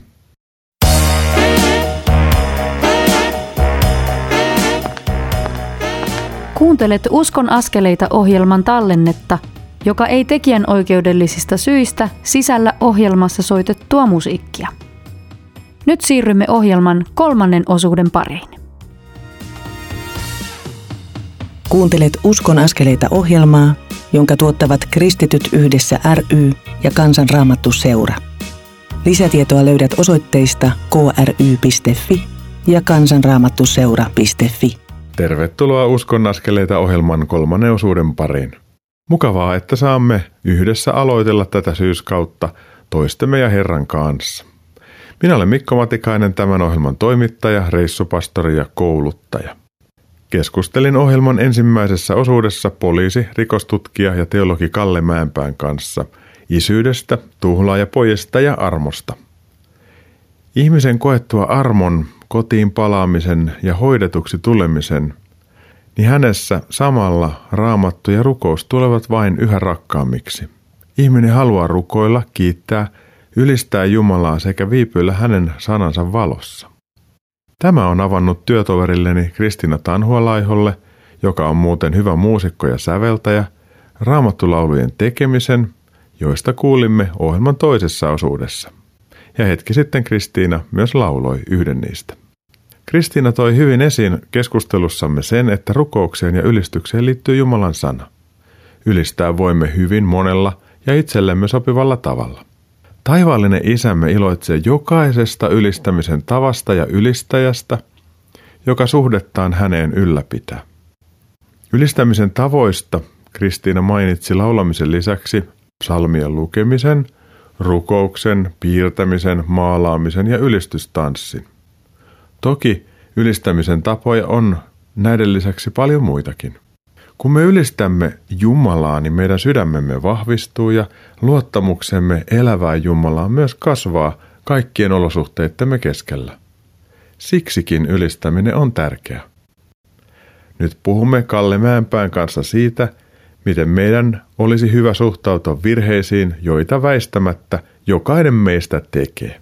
Kuuntelet Uskon askeleita -ohjelman tallennetta, joka ei tekijän oikeudellisista syistä sisällä ohjelmassa soitettua musiikkia. Nyt siirrymme ohjelman kolmannen osuuden pariin. Kuuntelet Uskon askeleita -ohjelmaa, jonka tuottavat Kristityt yhdessä ry ja Kansan Raamattu Seura. Lisätietoa löydät osoitteista k r y piste f i ja kansanraamattuseura piste f i. Tervetuloa Uskon askeleita -ohjelman kolmannen osuuden pariin. Mukavaa, että saamme yhdessä aloitella tätä syyskautta toistemme ja Herran kanssa. Minä olen Mikko Matikainen, tämän ohjelman toimittaja, reissupastori ja kouluttaja. Keskustelin ohjelman ensimmäisessä osuudessa poliisi, rikostutkija ja teologi Kalle Mäenpään kanssa isyydestä, tuhlaajapojista ja armosta. Ihmisen koettua armon, kotiin palaamisen ja hoidetuksi tulemisen, niin hänessä samalla raamattu ja rukous tulevat vain yhä rakkaammiksi. Ihminen haluaa rukoilla, kiittää, ylistää Jumalaa sekä viipyillä hänen sanansa valossa. Tämä on avannut työtoverilleni Kristiina Tanhualaiholle, joka on muuten hyvä muusikko ja säveltäjä, raamattulaulujen tekemisen, joista kuulimme ohjelman toisessa osuudessa. Ja hetki sitten Kristiina myös lauloi yhden niistä. Kristiina toi hyvin esiin keskustelussamme sen, että rukoukseen ja ylistykseen liittyy Jumalan sana. Ylistää voimme hyvin monella ja itsellemme sopivalla tavalla. Taivaallinen Isämme iloitsee jokaisesta ylistämisen tavasta ja ylistäjästä, joka suhdettaan häneen ylläpitää. Ylistämisen tavoista Kristiina mainitsi laulamisen lisäksi psalmien lukemisen, rukouksen, piirtämisen, maalaamisen ja ylistystanssin. Toki ylistämisen tapoja on näiden lisäksi paljon muitakin. Kun me ylistämme Jumalaa, niin meidän sydämemme vahvistuu ja luottamuksemme elävään Jumalaan myös kasvaa kaikkien olosuhteittemme keskellä. Siksikin ylistäminen on tärkeää. Nyt puhumme Kalle Mäenpään kanssa siitä, miten meidän olisi hyvä suhtautua virheisiin, joita väistämättä jokainen meistä tekee.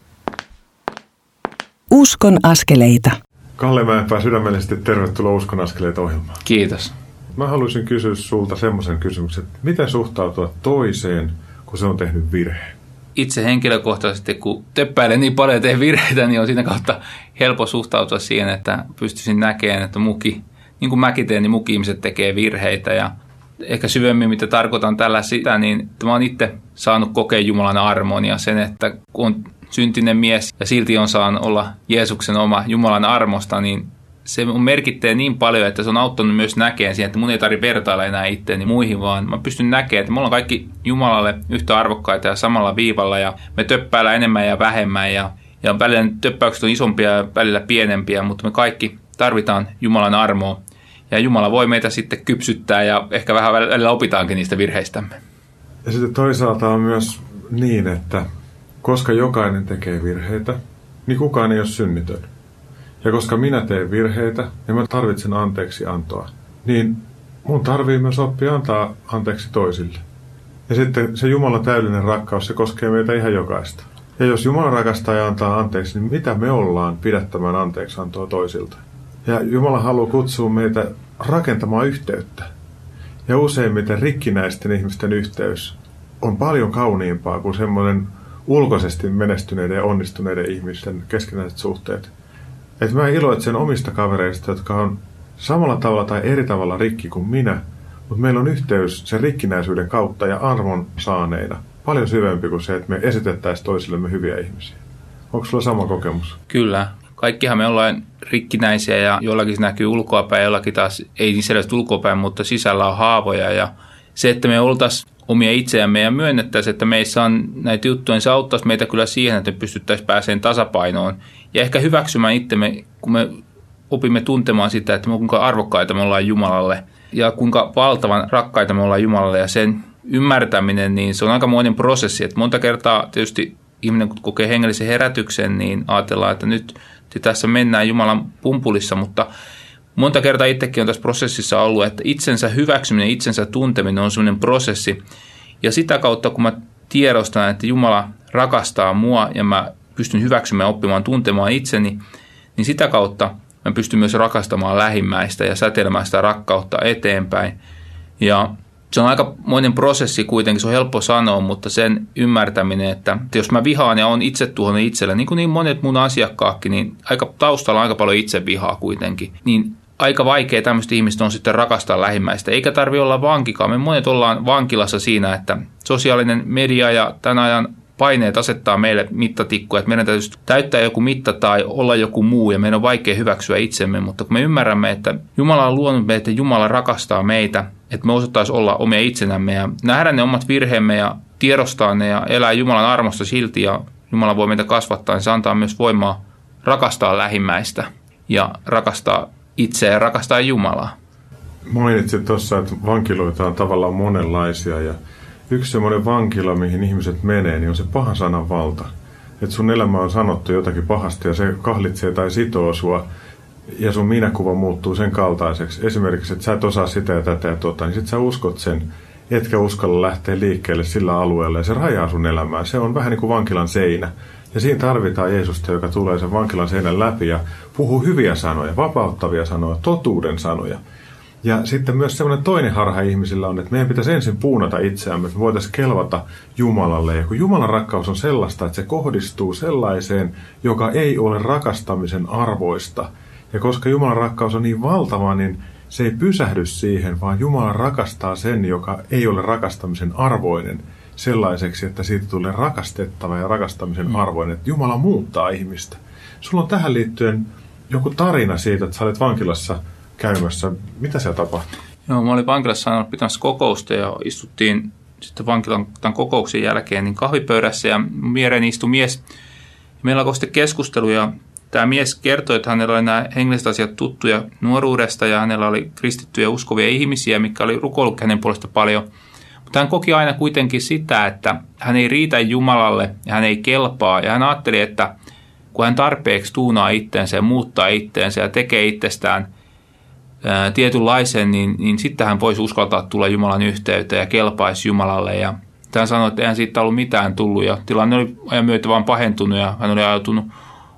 Uskon askeleita. Kalle Mäenpää, sydämellisesti tervetuloa Uskon askeleita -ohjelmaan. Kiitos. Mä haluaisin kysyä sulta semmoisen kysymyksen, että miten suhtautua toiseen, kun se on tehnyt virheen? Itse henkilökohtaisesti, kun töppäilen niin paljon ja teen virheitä, niin on siinä kautta helppo suhtautua siihen, että pystyisin näkemään, että muki, niin kuin mäkin teen, niin muki ihmiset tekee virheitä. Ja ehkä syvemmin, mitä tarkoitan tällä sitä, niin mä oon itse saanut kokea Jumalan armon ja sen, että kun on syntinen mies ja silti on saanut olla Jeesuksen oma Jumalan armosta, niin se on merkittää niin paljon, että se on auttanut myös näkemään siihen, että mun ei tarvitse vertailla enää itseäni muihin, vaan mä pystyn näkemään, että me ollaan kaikki Jumalalle yhtä arvokkaita ja samalla viivalla ja me töppäillä enemmän ja vähemmän ja, ja välillä töppäykset on isompia ja välillä pienempiä, mutta me kaikki tarvitaan Jumalan armoa ja Jumala voi meitä sitten kypsyttää ja ehkä vähän välillä opitaankin niistä virheistämme. Ja sitten toisaalta on myös niin, että koska jokainen tekee virheitä, niin kukaan ei ole synnitön. Ja koska minä teen virheitä ja mä tarvitsen anteeksi antoa, niin mun tarvii myös oppia antaa anteeksi toisille. Ja sitten se Jumalan täydellinen rakkaus, se koskee meitä ihan jokaista. Ja jos Jumala rakastaa ja antaa anteeksi, niin mitä me ollaan pidättämään anteeksi antoa toisilta? Ja Jumala haluaa kutsua meitä rakentamaan yhteyttä. Ja useimmiten rikkinäisten ihmisten yhteys on paljon kauniimpaa kuin semmoinen ulkoisesti menestyneiden ja onnistuneiden ihmisten keskinäiset suhteet. Että mä iloitsen omista kavereista, jotka on samalla tavalla tai eri tavalla rikki kuin minä, mutta meillä on yhteys sen rikkinäisyyden kautta ja arvon saaneina paljon syvempi kuin se, että me esitettäisiin toisillemme hyviä ihmisiä. Onko sulla sama kokemus? Kyllä. Kaikkihan me ollaan rikkinäisiä ja jollakin se näkyy ulkoapäin, jollakin taas ei niin selvästi ulkoapäin, mutta sisällä on haavoja. Ja se, että me oltaisiin omia itseämme ja myönnettäisiin, että meissä on näitä juttuja, niin se auttaisi meitä kyllä siihen, että me pystyttäisiin pääsemään tasapainoon. Ja ehkä hyväksymään itsemme, kun me opimme tuntemaan sitä, että kuinka arvokkaita me ollaan Jumalalle ja kuinka valtavan rakkaita me ollaan Jumalalle. Ja sen ymmärtäminen, niin se on aikamoinen prosessi. Että monta kertaa tietysti ihminen, kun kokee hengellisen herätyksen, niin ajatellaan, että nyt tässä mennään Jumalan pumpulissa, mutta monta kertaa itsekin on tässä prosessissa ollut, että itsensä hyväksyminen, itsensä tunteminen on sellainen prosessi. Ja sitä kautta, kun mä tiedostan, että Jumala rakastaa mua ja mä pystyn hyväksymään, oppimaan, tuntemaan itseni, niin sitä kautta mä pystyn myös rakastamaan lähimmäistä ja säteilemään sitä rakkautta eteenpäin. Ja se on aikamoinen prosessi kuitenkin, se on helppo sanoa, mutta sen ymmärtäminen, että jos mä vihaan ja on itse tuohon itselle, niin kuin niin monet mun asiakkaatkin, niin aika, taustalla on aika paljon itse vihaa kuitenkin, niin aika vaikea tämmöistä ihmistä on sitten rakastaa lähimmäistä, eikä tarvitse olla vankikaan. Me monet ollaan vankilassa siinä, että sosiaalinen media ja tämän ajan paineet asettaa meille mittatikkuja, että meidän täytyy täyttää joku mitta tai olla joku muu ja meidän on vaikea hyväksyä itsemme, mutta kun me ymmärrämme, että Jumala on luonut meitä, että Jumala rakastaa meitä, että me osattaisiin olla omia itsenämme ja nähdä ne omat virheemme ja tiedostaa ne ja elää Jumalan armosta silti ja Jumala voi meitä kasvattaa, niin se antaa myös voimaa rakastaa lähimmäistä ja rakastaa itseä ja rakastaa Jumalaa. Mainitsit tuossa, että vankiloita on tavallaan monenlaisia ja yksi semmoinen vankila, mihin ihmiset menee, niin on se pahan sanan valta. Että sun elämä on sanottu jotakin pahasti ja se kahlitsee tai sitoo sua ja sun minäkuva muuttuu sen kaltaiseksi. Esimerkiksi, että sä et osaa sitä ja tätä ja tota, niin sit sä uskot sen, etkä uskalla lähteä liikkeelle sillä alueella ja se rajaa sun elämää. Se on vähän niin kuin vankilan seinä. Ja siinä tarvitaan Jeesusta, joka tulee sen vankilan seinän läpi ja puhuu hyviä sanoja, vapauttavia sanoja, totuuden sanoja. Ja sitten myös semmoinen toinen harha ihmisillä on, että meidän pitäisi ensin puunata itseämme, että me voitaisiin kelvata Jumalalle. Ja kun Jumalan rakkaus on sellaista, että se kohdistuu sellaiseen, joka ei ole rakastamisen arvoista. Ja koska Jumalan rakkaus on niin valtava, niin se ei pysähdy siihen, vaan Jumala rakastaa sen, joka ei ole rakastamisen arvoinen sellaiseksi, että siitä tulee rakastettava ja rakastamisen arvoinen. Että Jumala muuttaa ihmistä. Sulla on tähän liittyen joku tarina siitä, että sä olet vankilassa käymässä. Mitä siellä tapahtui? Joo, mä olin vankilassa aina pitämässä kokousta ja istuttiin sitten vankilan tämän kokouksen jälkeen niin kahvipöydässä ja viereeni istui mies. Meillä alkoi sitten keskustelu ja tämä mies kertoi, että hänellä oli nämä hengelliset asiat tuttuja nuoruudesta ja hänellä oli kristittyjä uskovia ihmisiä, mikä oli rukoillut hänen puolesta paljon. Mutta hän koki aina kuitenkin sitä, että hän ei riitä Jumalalle ja hän ei kelpaa ja hän ajatteli, että kun hän tarpeeksi tuunaa itteensä ja muuttaa itteensä ja tekee itsestään tietynlaisen, niin, niin sitten hän voisi uskaltaa tulla Jumalan yhteyteen ja kelpaisi Jumalalle. Ja hän sanoi, että eihän siitä ollut mitään tullut ja tilanne oli ajan myötä vaan pahentunut ja hän oli ajautunut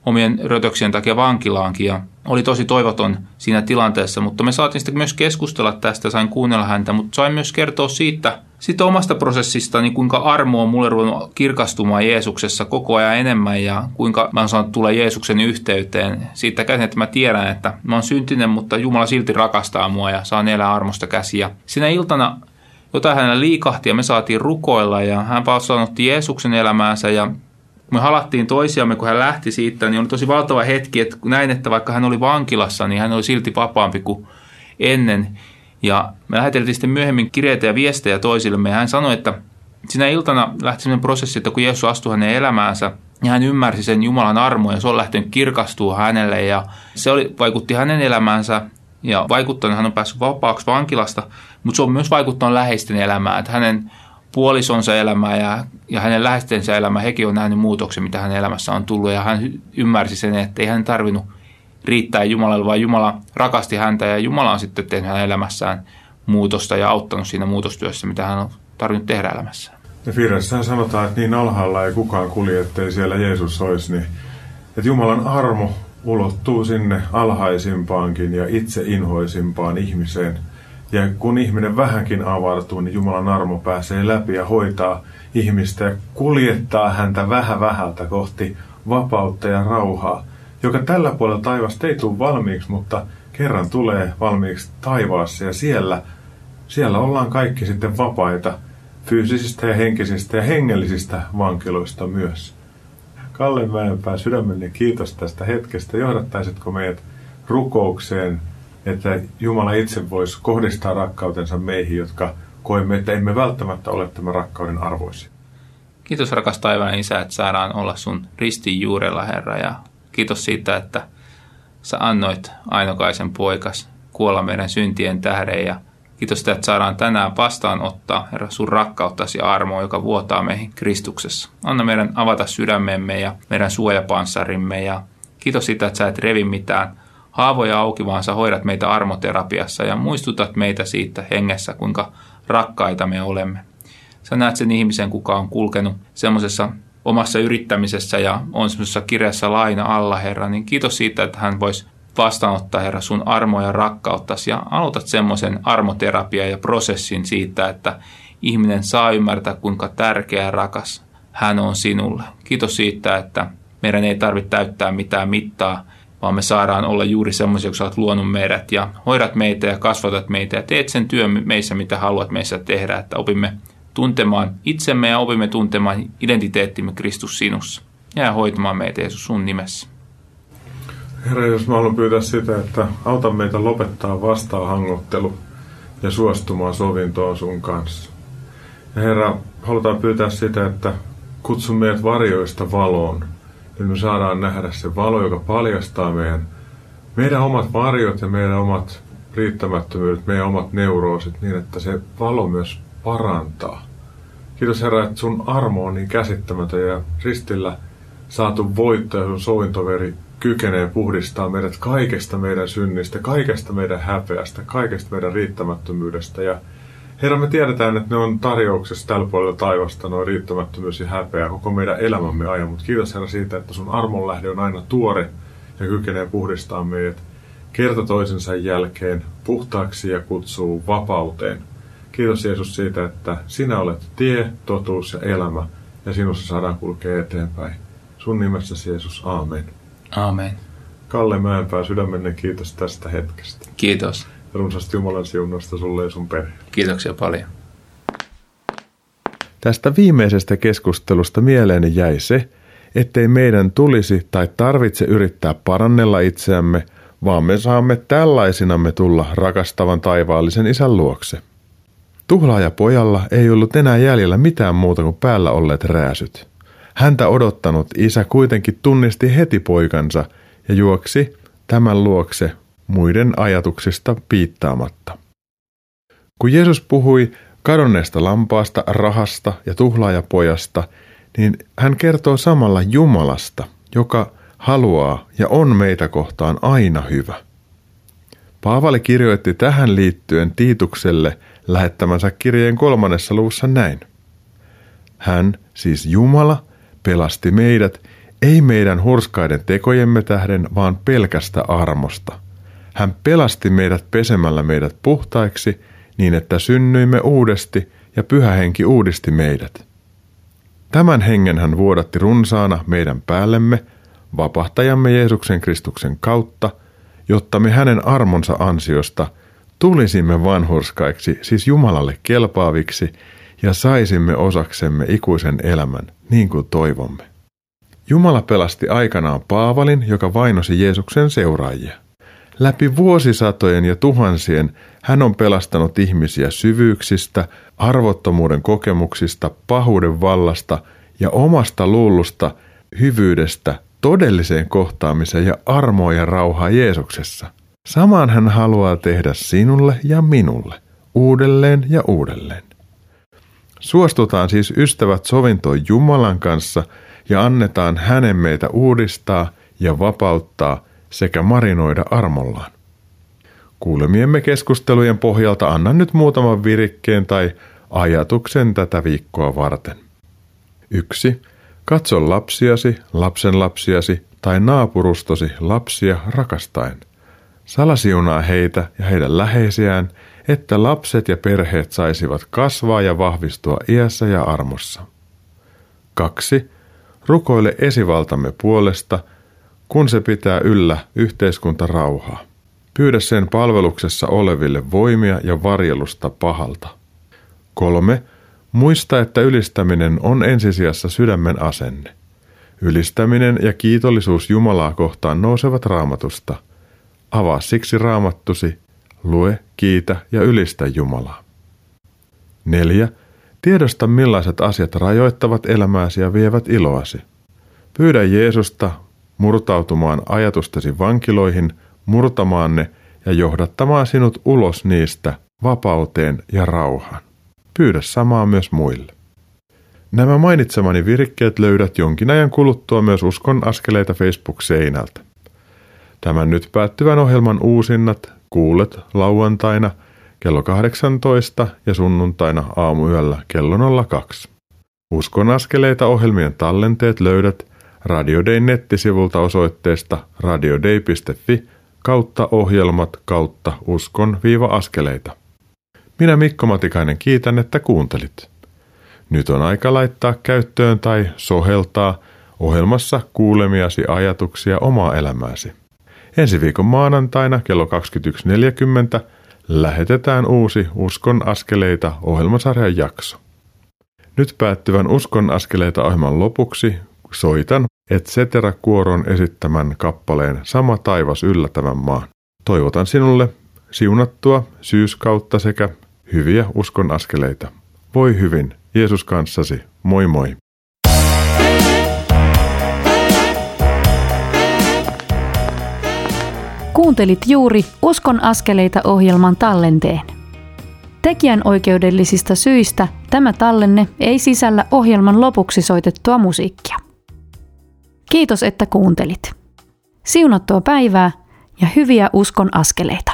omien rötöksien takia vankilaankin ja oli tosi toivoton siinä tilanteessa, mutta me saatiin sitten myös keskustella tästä, sain kuunnella häntä, mutta sain myös kertoa siitä, siitä omasta prosessista, niin kuinka armo on mulle ruvennut kirkastumaan Jeesuksessa koko ajan enemmän ja kuinka mä oon saanut tulla Jeesuksen yhteyteen. Siitä käsin, että mä tiedän, että mä oon syntinen, mutta Jumala silti rakastaa mua ja saan elää armosta käsiä. Siinä iltana jotain hänellä liikahti ja me saatiin rukoilla ja hän vastaanotti Jeesuksen elämäänsä ja me halattiin toisiamme, kun hän lähti siitä, niin oli tosi valtava hetki, että näin, että vaikka hän oli vankilassa, niin hän oli silti vapaampi kuin ennen. Ja me läheteltiin sitten myöhemmin kirjeitä ja viestejä toisillemme ja hän sanoi, että siinä iltana lähti sellainen prosessi, että kun Jeesus astui hänen elämäänsä, ja hän ymmärsi sen Jumalan armoa ja se on lähtenyt kirkastua hänelle ja se oli, vaikutti hänen elämäänsä ja vaikuttanut, hän on päässyt vapaaksi vankilasta, mutta se on myös vaikuttanut läheisten elämään, että hänen puolisonsa elämää ja, ja hänen läheistensä elämää, hekin on nähnyt muutoksen, mitä hänen elämässä on tullut ja hän ymmärsi sen, että ei hän tarvinnut riittää Jumalalle, vaan Jumala rakasti häntä ja Jumala on sitten tehnyt hänen elämässään muutosta ja auttanut siinä muutostyössä, mitä hän on tarvinnut tehdä elämässään. Ja Firressähän sanotaan, että niin alhaalla ei kukaan kulje, ettei siellä Jeesus olisi, niin että Jumalan armo ulottuu sinne alhaisimpaankin ja itse inhoisimpaan ihmiseen. Ja kun ihminen vähänkin avartuu, niin Jumalan armo pääsee läpi ja hoitaa ihmistä ja kuljettaa häntä vähän vähältä kohti vapautta ja rauhaa, joka tällä puolella taivasta ei tule valmiiksi, mutta kerran tulee valmiiksi taivaassa ja siellä, siellä ollaan kaikki sitten vapaita fyysisistä ja henkisistä ja hengellisistä vankiloista myös. Kalle Mäenpää, sydämellinen kiitos tästä hetkestä. Johdattaisitko meidät rukoukseen, että Jumala itse voisi kohdistaa rakkautensa meihin, jotka koemme, että emme välttämättä ole tämän rakkauden arvoisia. Kiitos rakas taivaan Isä, että saadaan olla sun ristin juurella, Herra, ja kiitos siitä, että sä annoit ainokaisen poikas kuolla meidän syntien tähden, ja kiitos sitä, että saadaan tänään vastaanottaa, Herra, sun rakkauttasi ja armoa, joka vuotaa meihin Kristuksessa. Anna meidän avata sydämemme ja meidän suojapanssarimme, ja kiitos siitä, että sä et revi mitään haavoja auki, vaan sä hoidat meitä armoterapiassa ja muistutat meitä siitä hengessä, kuinka rakkaita me olemme. Sä näet sen ihmisen, kuka on kulkenut semmoisessa omassa yrittämisessä ja on semmoisessa kireässä laina alla, Herra, niin kiitos siitä, että hän voisi vastaanottaa, Herra, sun armoa ja rakkauttasi ja aloitat semmoisen armoterapian ja prosessin siitä, että ihminen saa ymmärtää, kuinka tärkeä ja rakas hän on sinulle. Kiitos siitä, että meidän ei tarvitse täyttää mitään mittaa, vaan me saadaan olla juuri semmoisia, kun sä oot luonut meidät ja hoidat meitä ja kasvatat meitä ja teet sen työn meissä, mitä haluat meissä tehdä, että opimme tuntemaan itsemme ja opimme tuntemaan identiteettimme Kristus sinussa. Jää hoitamaan meitä, Jeesus, sun nimessä. Herra, jos mä haluan pyytää sitä, että auta meitä lopettaa vastaanhangottelu ja suostumaan sovintoon sun kanssa. Ja Herra, halutaan pyytää sitä, että kutsu meidät varjoista valoon. Nyt me saadaan nähdä se valo, joka paljastaa meidän, meidän omat varjot ja meidän omat riittämättömyydet, meidän omat neuroosit, niin että se valo myös parantaa. Kiitos Herra, että sun armo on niin käsittämätön ja ristillä saatu voitto ja sun sovintoveri kykenee puhdistaa meidät kaikesta meidän synnistä, kaikesta meidän häpeästä, kaikesta meidän riittämättömyydestä. Ja Herra, me tiedetään, että ne on tarjouksessa tällä puolella taivasta, nuo riittämättömyys ja häpeä koko meidän elämämme ajan. Mutta kiitos Herra siitä, että sun armon lähde on aina tuore ja kykenee puhdistaa meidät kerta toisensa jälkeen puhtaaksi ja kutsuu vapauteen. Kiitos Jeesus siitä, että sinä olet tie, totuus ja elämä ja sinussa saadaan kulkea eteenpäin. Sun nimessäsi Jeesus, aamen. Aamen. Kalle Mäenpää, sydämellinen kiitos tästä hetkestä. Kiitos. Runsaasti Jumalan siunausta sulle ja sun perheelle. Kiitoksia paljon. Tästä viimeisestä keskustelusta mieleeni jäi se, ettei meidän tulisi tai tarvitse yrittää parannella itseämme, vaan me saamme tällaisinamme tulla rakastavan taivaallisen Isän luokse. Tuhlaajapojalla ei ollut enää jäljellä mitään muuta kuin päällä olleet rääsyt. Häntä odottanut isä kuitenkin tunnisti heti poikansa ja juoksi tämän luokse muiden ajatuksista piittaamatta. Kun Jeesus puhui kadonneesta lampaasta, rahasta ja tuhlaajapojasta, niin hän kertoo samalla Jumalasta, joka haluaa ja on meitä kohtaan aina hyvä. Paavali kirjoitti tähän liittyen Tiitukselle lähettämänsä kirjeen kolmannessa luvussa näin. Hän, siis Jumala, pelasti meidät, Ei meidän hurskaiden tekojemme tähden, vaan pelkästä armosta. Hän pelasti meidät pesemällä meidät puhtaiksi niin, että synnyimme uudesti ja Pyhä Henki uudisti meidät. Tämän hengen hän vuodatti runsaana meidän päällemme vapahtajamme Jeesuksen Kristuksen kautta, jotta me hänen armonsa ansiosta tulisimme vanhurskaiksi, siis Jumalalle kelpaaviksi, ja saisimme osaksemme ikuisen elämän, niin kuin toivomme. Jumala pelasti aikanaan Paavalin, joka vainosi Jeesuksen seuraajia. Läpi vuosisatojen ja tuhansien hän on pelastanut ihmisiä syvyyksistä, arvottomuuden kokemuksista, pahuuden vallasta ja omasta luullusta hyvyydestä todelliseen kohtaamiseen ja armoa ja rauhaa Jeesuksessa. Saman hän haluaa tehdä sinulle ja minulle, uudelleen ja uudelleen. Suostutaan siis ystävät sovintoon Jumalan kanssa ja annetaan hänen meitä uudistaa ja vapauttaa sekä marinoida armollaan. Kuulemiemme keskustelujen pohjalta annan nyt muutaman virikkeen tai ajatuksen tätä viikkoa varten. yksi. Katso lapsiasi, lapsenlapsiasi tai naapurustosi lapsia rakastaen. Salasiunaa heitä ja heidän läheisiään, että lapset ja perheet saisivat kasvaa ja vahvistua iässä ja armossa. kaksi. Rukoile esivaltamme puolesta, kun se pitää yllä yhteiskuntarauhaa. Pyydä sen palveluksessa oleville voimia ja varjelusta pahalta. kolme. Muista, että ylistäminen on ensisijassa sydämen asenne. Ylistäminen ja kiitollisuus Jumalaa kohtaan nousevat Raamatusta. Avaa siksi Raamattusi, lue, kiitä ja ylistä Jumalaa. neljä. Tiedosta millaiset asiat rajoittavat elämääsi ja vievät iloasi. Pyydä Jeesusta murtautumaan ajatustesi vankiloihin, murtamaan ne ja johdattamaan sinut ulos niistä vapauteen ja rauhaan. Pyydä samaa myös muille. Nämä mainitsemani virkkeet löydät jonkin ajan kuluttua myös Uskon askeleita Facebook-seinältä. Tämän nyt päättyvän ohjelman uusinnat kuulet lauantaina kello kahdeksantoista ja sunnuntaina aamuyöllä kello nolla kaksi. Uskon askeleita ohjelmien tallenteet löydät Radio Dayn nettisivulta osoitteesta radiodei piste fi kautta ohjelmat kautta uskon viiva askeleita. Minä Mikko Matikainen kiitän, että kuuntelit. Nyt on aika laittaa käyttöön tai soheltaa ohjelmassa kuulemiasi ajatuksia omaa elämääsi. Ensi viikon maanantaina kello kaksikymmentäyksi neljäkymmentä lähetetään uusi Uskon askeleita ohjelmasarjan jakso. Nyt päättyvän Uskon askeleita ohjelman lopuksi soitan Et cetera-kuoron esittämän kappaleen Sama taivas yllättävän maan. Toivotan sinulle siunattua syyskautta sekä hyviä uskon askeleita. Voi hyvin, Jeesus kanssasi. Moi moi. Kuuntelit juuri Uskon askeleita -ohjelman tallenteen. Tekijän oikeudellisista syistä tämä tallenne ei sisällä ohjelman lopuksi soitettua musiikkia. Kiitos, että kuuntelit. Siunattua päivää ja hyviä uskon askeleita.